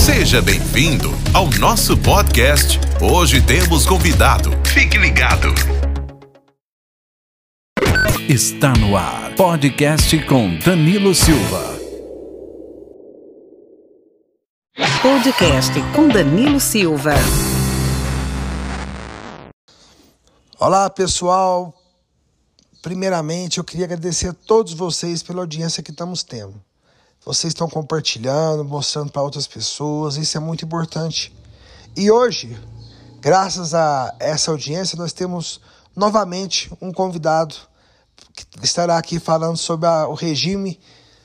Seja bem-vindo ao nosso podcast. Hoje temos convidado. Fique ligado. Está no ar. Podcast com Danilo Silva. Podcast com Danilo Silva. Olá, pessoal. Primeiramente, eu queria agradecer a todos vocês pela audiência que estamos tendo. Vocês estão compartilhando, mostrando para outras pessoas, isso é muito importante. E hoje, graças a essa audiência, nós temos novamente um convidado que estará aqui falando sobre o regime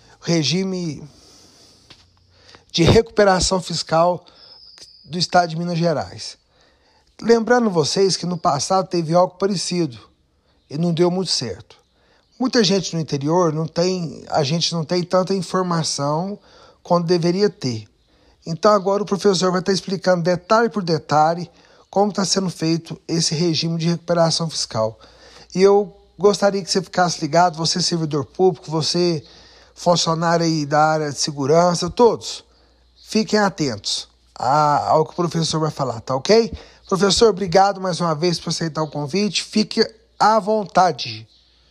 de recuperação fiscal do estado de Minas Gerais. Lembrando vocês que no passado teve algo parecido e não deu muito certo. Muita gente no interior a gente não tem tanta informação quanto deveria ter. Então agora o professor vai estar explicando detalhe por detalhe como está sendo feito esse regime de recuperação fiscal. E eu gostaria que você ficasse ligado, você servidor público, você funcionário aí da área de segurança, todos, fiquem atentos ao que o professor vai falar, tá ok? Professor, obrigado mais uma vez por aceitar o convite, fique à vontade.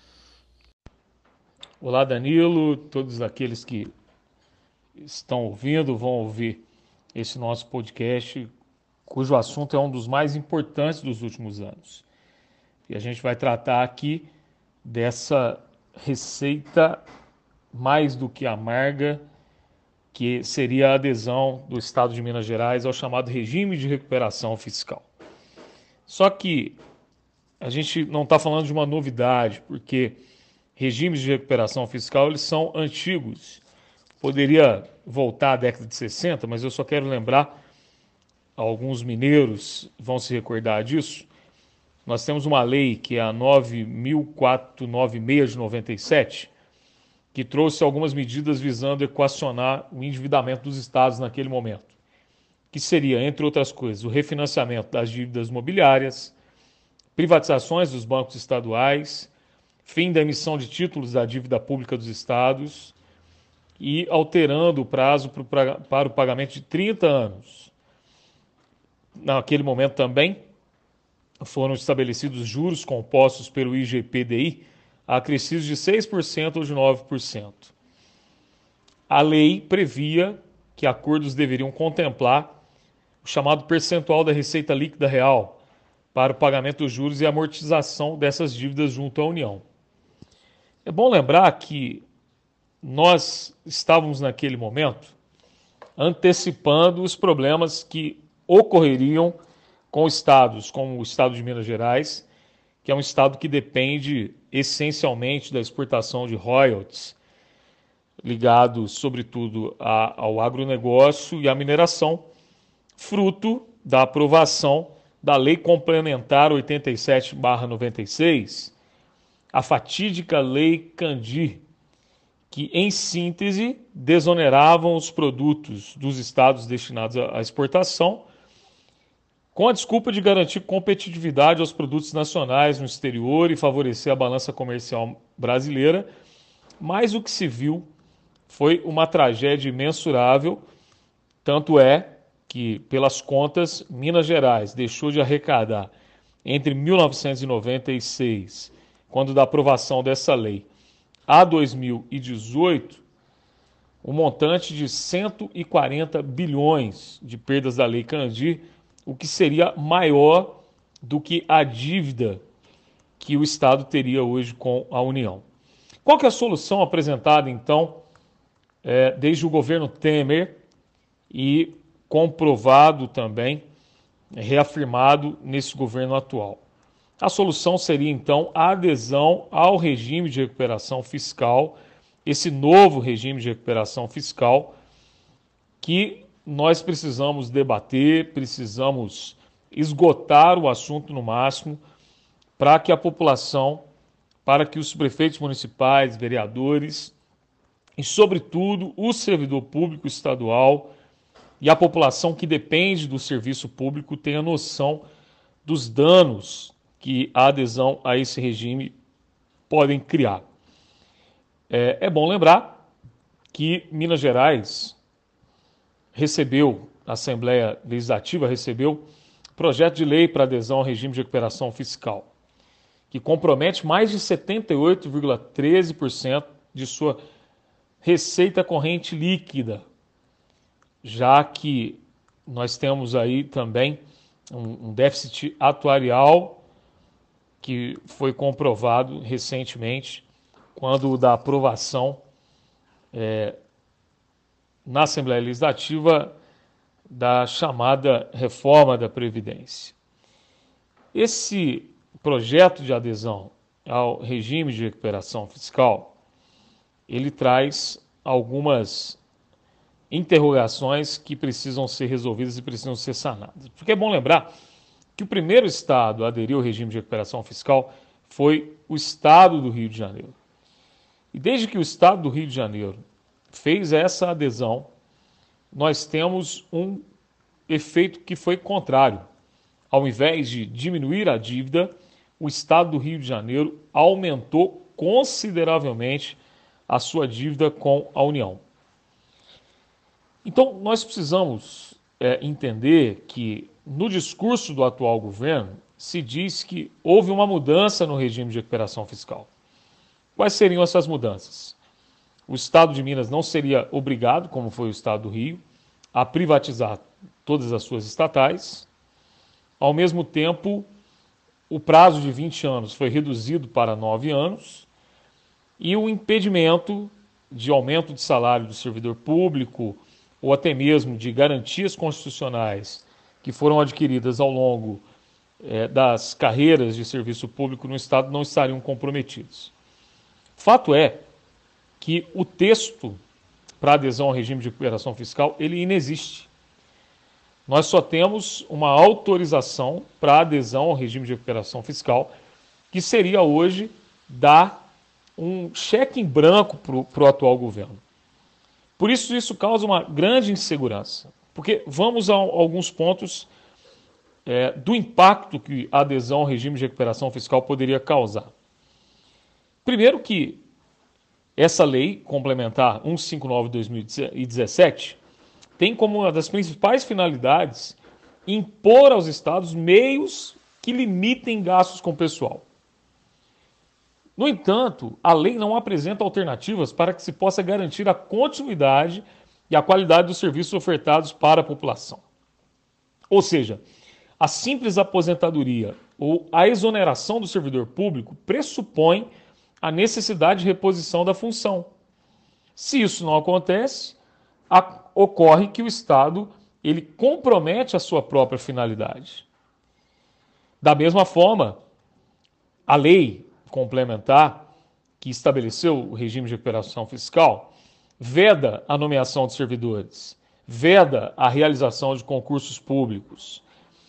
Olá, Danilo, todos aqueles que estão ouvindo, vão ouvir esse nosso podcast, cujo assunto é um dos mais importantes dos últimos anos. E a gente vai tratar aqui dessa receita mais do que amarga, que seria a adesão do Estado de Minas Gerais ao chamado regime de recuperação fiscal. Só que a gente não está falando de uma novidade, porque regimes de recuperação fiscal eles são antigos. Poderia voltar à década de 60, mas eu só quero lembrar, alguns mineiros vão se recordar disso. Nós temos uma lei que é a 9.496 de 97, que trouxe algumas medidas visando equacionar o endividamento dos estados naquele momento, que seria, entre outras coisas, o refinanciamento das dívidas imobiliárias, privatizações dos bancos estaduais, fim da emissão de títulos da dívida pública dos estados e alterando o prazo para o pagamento de 30 anos. Naquele momento também foram estabelecidos juros compostos pelo IGPDI acrescidos de 6% ou de 9%. A lei previa que acordos deveriam contemplar o chamado percentual da receita líquida real para o pagamento dos juros e amortização dessas dívidas junto à União. É bom lembrar que nós estávamos naquele momento antecipando os problemas que ocorreriam com estados como o estado de Minas Gerais, que é um estado que depende essencialmente da exportação de royalties, ligados sobretudo ao agronegócio e à mineração, fruto da aprovação da Lei Complementar 87/96, a fatídica Lei Candir, que, em síntese, desoneravam os produtos dos estados destinados à exportação, com a desculpa de garantir competitividade aos produtos nacionais no exterior e favorecer a balança comercial brasileira, mas o que se viu foi uma tragédia imensurável, tanto é que, pelas contas, Minas Gerais deixou de arrecadar entre 1996, quando da aprovação dessa lei, a 2018, um montante de 140 bilhões de perdas da Lei Candir, o que seria maior do que a dívida que o Estado teria hoje com a União. Qual que é a solução apresentada, então, desde o governo Temer e comprovado também, reafirmado nesse governo atual? A solução seria, então, a adesão ao regime de recuperação fiscal, esse novo regime de recuperação fiscal que nós precisamos debater, precisamos esgotar o assunto no máximo para que a população, para que os prefeitos municipais, vereadores e, sobretudo, o servidor público estadual e a população que depende do serviço público tenha noção dos danos que a adesão a esse regime podem criar. É bom lembrar que Minas Gerais recebeu a Assembleia Legislativa recebeu projeto de lei para adesão ao regime de recuperação fiscal, que compromete mais de 78,13% de sua receita corrente líquida, já que nós temos aí também um déficit atuarial que foi comprovado recentemente quando da aprovação na Assembleia Legislativa da chamada reforma da Previdência. Esse projeto de adesão ao regime de recuperação fiscal, ele traz algumas interrogações que precisam ser resolvidas e precisam ser sanadas. Porque é bom lembrar que o primeiro estado a aderir ao regime de recuperação fiscal foi o estado do Rio de Janeiro. E desde que o estado do Rio de Janeiro fez essa adesão, nós temos um efeito que foi contrário. Ao invés de diminuir a dívida, o estado do Rio de Janeiro aumentou consideravelmente a sua dívida com a União. Então, nós precisamos entender que no discurso do atual governo se diz que houve uma mudança no regime de recuperação fiscal. Quais seriam essas mudanças? O Estado de Minas não seria obrigado, como foi o Estado do Rio, a privatizar todas as suas estatais. Ao mesmo tempo, o prazo de 20 anos foi reduzido para 9 anos e o impedimento de aumento de salário do servidor público ou até mesmo de garantias constitucionais que foram adquiridas ao longo das carreiras de serviço público no Estado não estariam comprometidos. Fato é que o texto para adesão ao regime de recuperação fiscal, ele inexiste. Nós só temos uma autorização para adesão ao regime de recuperação fiscal, que seria hoje dar um cheque em branco para o atual governo. Por isso causa uma grande insegurança, porque vamos a alguns pontos do impacto que a adesão ao regime de recuperação fiscal poderia causar. Primeiro que essa lei complementar 159 de 2017 tem como uma das principais finalidades impor aos estados meios que limitem gastos com pessoal. No entanto, a lei não apresenta alternativas para que se possa garantir a continuidade e a qualidade dos serviços ofertados para a população. Ou seja, a simples aposentadoria ou a exoneração do servidor público pressupõe a necessidade de reposição da função. Se isso não acontece, ocorre que o Estado ele compromete a sua própria finalidade. Da mesma forma, a lei complementar que estabeleceu o regime de recuperação fiscal veda a nomeação de servidores, veda a realização de concursos públicos,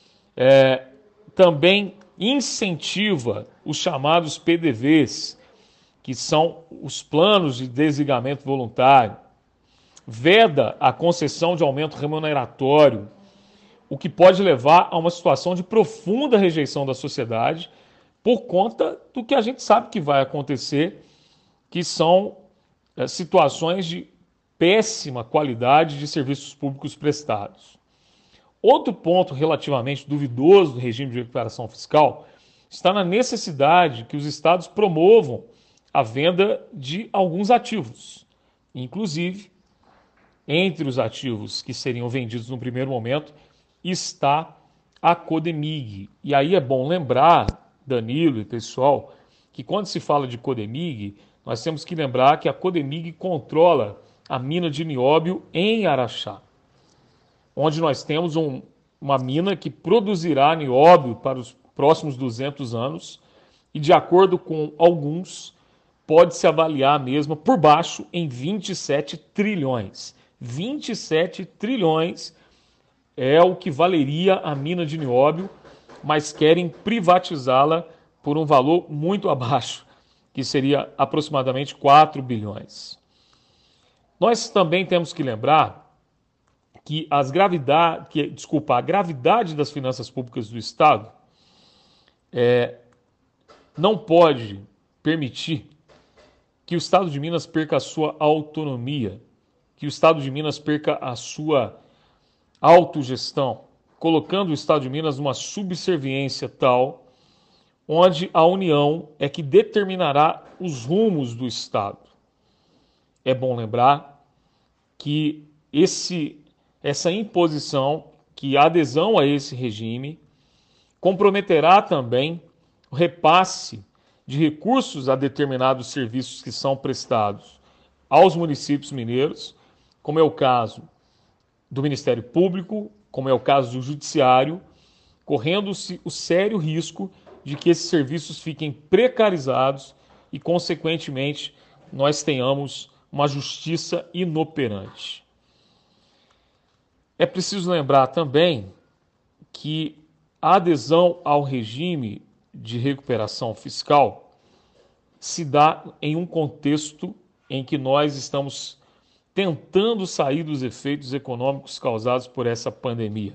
também incentiva os chamados PDVs, que são os planos de desligamento voluntário, veda a concessão de aumento remuneratório, o que pode levar a uma situação de profunda rejeição da sociedade por conta do que a gente sabe que vai acontecer, que são situações de péssima qualidade de serviços públicos prestados. Outro ponto relativamente duvidoso do regime de recuperação fiscal está na necessidade que os estados promovam a venda de alguns ativos. Inclusive, entre os ativos que seriam vendidos no primeiro momento está a Codemig. E aí é bom lembrar, Danilo e pessoal, que quando se fala de Codemig, nós temos que lembrar que a Codemig controla a mina de nióbio em Araxá, onde nós temos uma mina que produzirá nióbio para os próximos 200 anos e, de acordo com alguns, pode-se avaliar a mesma por baixo em 27 trilhões. 27 trilhões é o que valeria a mina de nióbio, mas querem privatizá-la por um valor muito abaixo, que seria aproximadamente 4 bilhões. Nós também temos que lembrar que a gravidade das finanças públicas do Estado não pode permitir que o Estado de Minas perca a sua autonomia, que o Estado de Minas perca a sua autogestão, colocando o Estado de Minas numa subserviência tal, onde a União é que determinará os rumos do Estado. É bom lembrar que essa imposição, que a adesão a esse regime, comprometerá também o repasse de recursos a determinados serviços que são prestados aos municípios mineiros, como é o caso do Ministério Público, como é o caso do Judiciário, correndo-se o sério risco de que esses serviços fiquem precarizados e, consequentemente, nós tenhamos uma justiça inoperante. É preciso lembrar também que a adesão ao regime de recuperação fiscal se dá em um contexto em que nós estamos tentando sair dos efeitos econômicos causados por essa pandemia.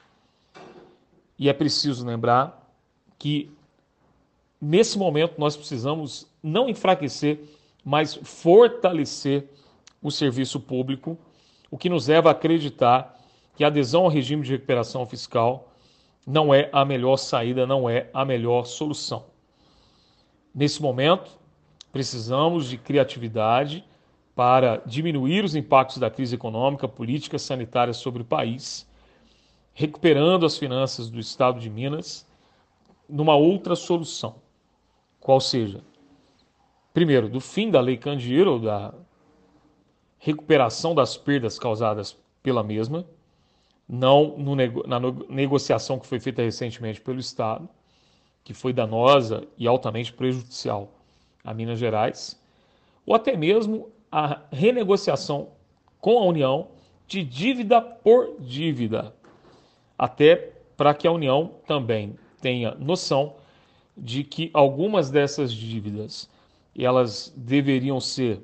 E é preciso lembrar que, nesse momento, nós precisamos não enfraquecer, mas fortalecer o serviço público, o que nos leva a acreditar que a adesão ao regime de recuperação fiscal não é a melhor saída, não é a melhor solução. Nesse momento, precisamos de criatividade para diminuir os impactos da crise econômica, política, sanitária sobre o país, recuperando as finanças do Estado de Minas numa outra solução, qual seja, primeiro, do fim da Lei Candir, ou da recuperação das perdas causadas pela mesma, não na negociação que foi feita recentemente pelo Estado, que foi danosa e altamente prejudicial a Minas Gerais, ou até mesmo a renegociação com a União de dívida por dívida, até para que a União também tenha noção de que algumas dessas dívidas elas deveriam ser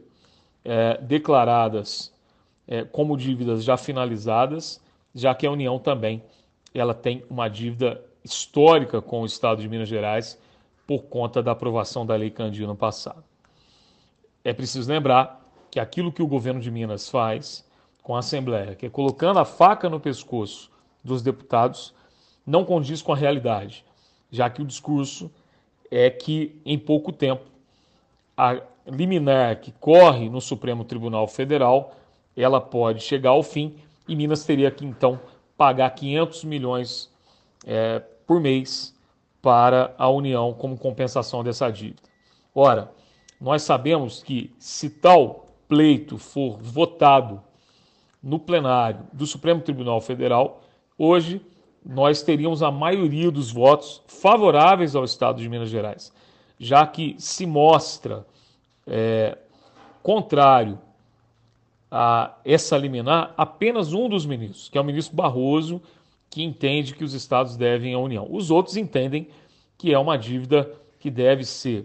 declaradas como dívidas já finalizadas, já que a União também ela tem uma dívida histórica com o Estado de Minas Gerais por conta da aprovação da Lei Candir no passado. É preciso lembrar que aquilo que o governo de Minas faz com a Assembleia, que é colocando a faca no pescoço dos deputados, não condiz com a realidade, já que o discurso é que, em pouco tempo, a liminar que corre no Supremo Tribunal Federal, ela pode chegar ao fim e Minas teria que, então, pagar 500 milhões por mês para a União como compensação dessa dívida. Ora, nós sabemos que, se tal pleito for votado no plenário do Supremo Tribunal Federal, hoje nós teríamos a maioria dos votos favoráveis ao Estado de Minas Gerais, já que se mostra contrário a essa liminar apenas um dos ministros, que é o ministro Barroso, que entende que os estados devem à União. Os outros entendem que é uma dívida que deve ser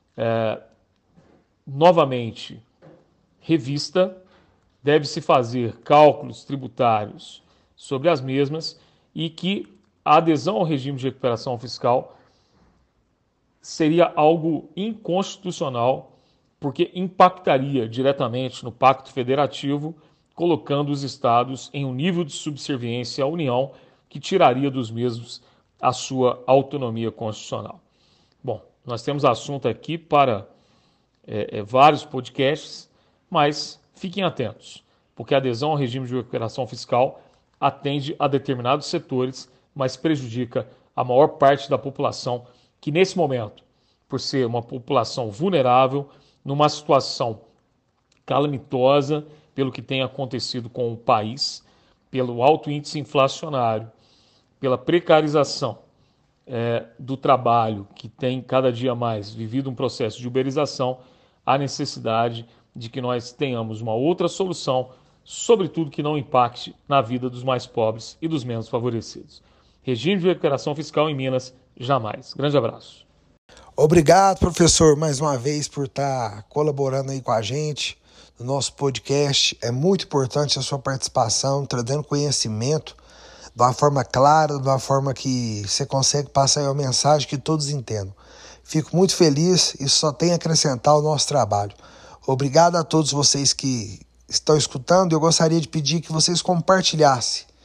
novamente revista, deve-se fazer cálculos tributários sobre as mesmas e que a adesão ao regime de recuperação fiscal seria algo inconstitucional, porque impactaria diretamente no Pacto Federativo, colocando os estados em um nível de subserviência à União que tiraria dos mesmos a sua autonomia constitucional. Bom, nós temos assunto aqui para vários podcasts, mas fiquem atentos, porque a adesão ao regime de recuperação fiscal atende a determinados setores, mas prejudica a maior parte da população, que nesse momento, por ser uma população vulnerável, numa situação calamitosa pelo que tem acontecido com o país, pelo alto índice inflacionário, pela precarização do trabalho, que tem cada dia mais vivido um processo de uberização, há necessidade de que nós tenhamos uma outra solução, sobretudo que não impacte na vida dos mais pobres e dos menos favorecidos. Regime de recuperação fiscal em Minas, jamais. Grande abraço. Obrigado, professor, mais uma vez por estar colaborando aí com a gente no nosso podcast. É muito importante a sua participação, trazendo conhecimento de uma forma clara, de uma forma que você consegue passar aí uma mensagem que todos entendam. Fico muito feliz e só tem a acrescentar ao nosso trabalho. Obrigado a todos vocês que estão escutando. Eu gostaria de pedir que vocês compartilhassem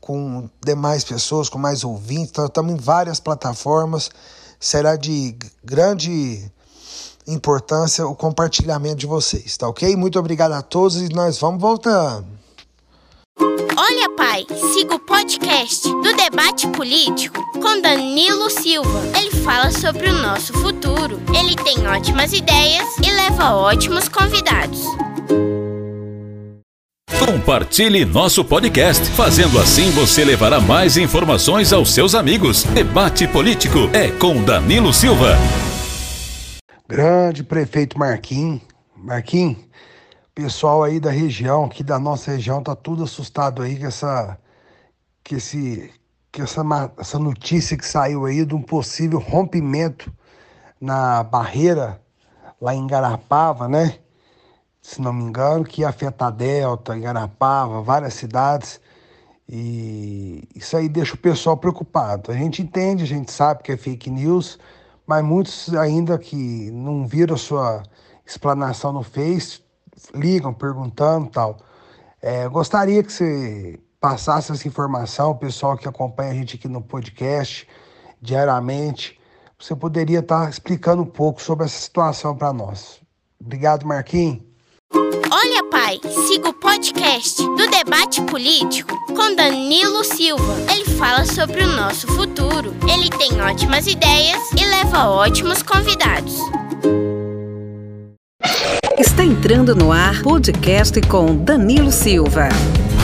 com demais pessoas, com mais ouvintes. Nós estamos em várias plataformas. Será de grande importância o compartilhamento de vocês, tá ok? Muito obrigado a todos e nós vamos voltando. Olha, pai, siga o podcast do Debate Político com Danilo Silva. Ele fala sobre o nosso futuro. Ele tem ótimas ideias e leva ótimos convidados. Compartilhe nosso podcast. Fazendo assim, você levará mais informações aos seus amigos. Debate Político é com Danilo Silva. Grande prefeito Marquinhos, pessoal aí da região, aqui da nossa região, tá tudo assustado aí com essa notícia que saiu aí de um possível rompimento na barreira lá em Garapava, né? Se não me engano, que ia afetar Delta, Garapava, várias cidades. E isso aí deixa o pessoal preocupado. A gente entende, a gente sabe que é fake news, mas muitos ainda que não viram a sua explanação no Face, ligam perguntando e tal. Gostaria que você passasse essa informação, o pessoal que acompanha a gente aqui no podcast diariamente. Você poderia estar explicando um pouco sobre essa situação para nós. Obrigado, Marquinhos. Olha, pai, siga o podcast do Debate Político com Danilo Silva. Ele fala sobre o nosso futuro. Ele tem ótimas ideias e leva ótimos convidados. Está entrando no ar podcast com Danilo Silva.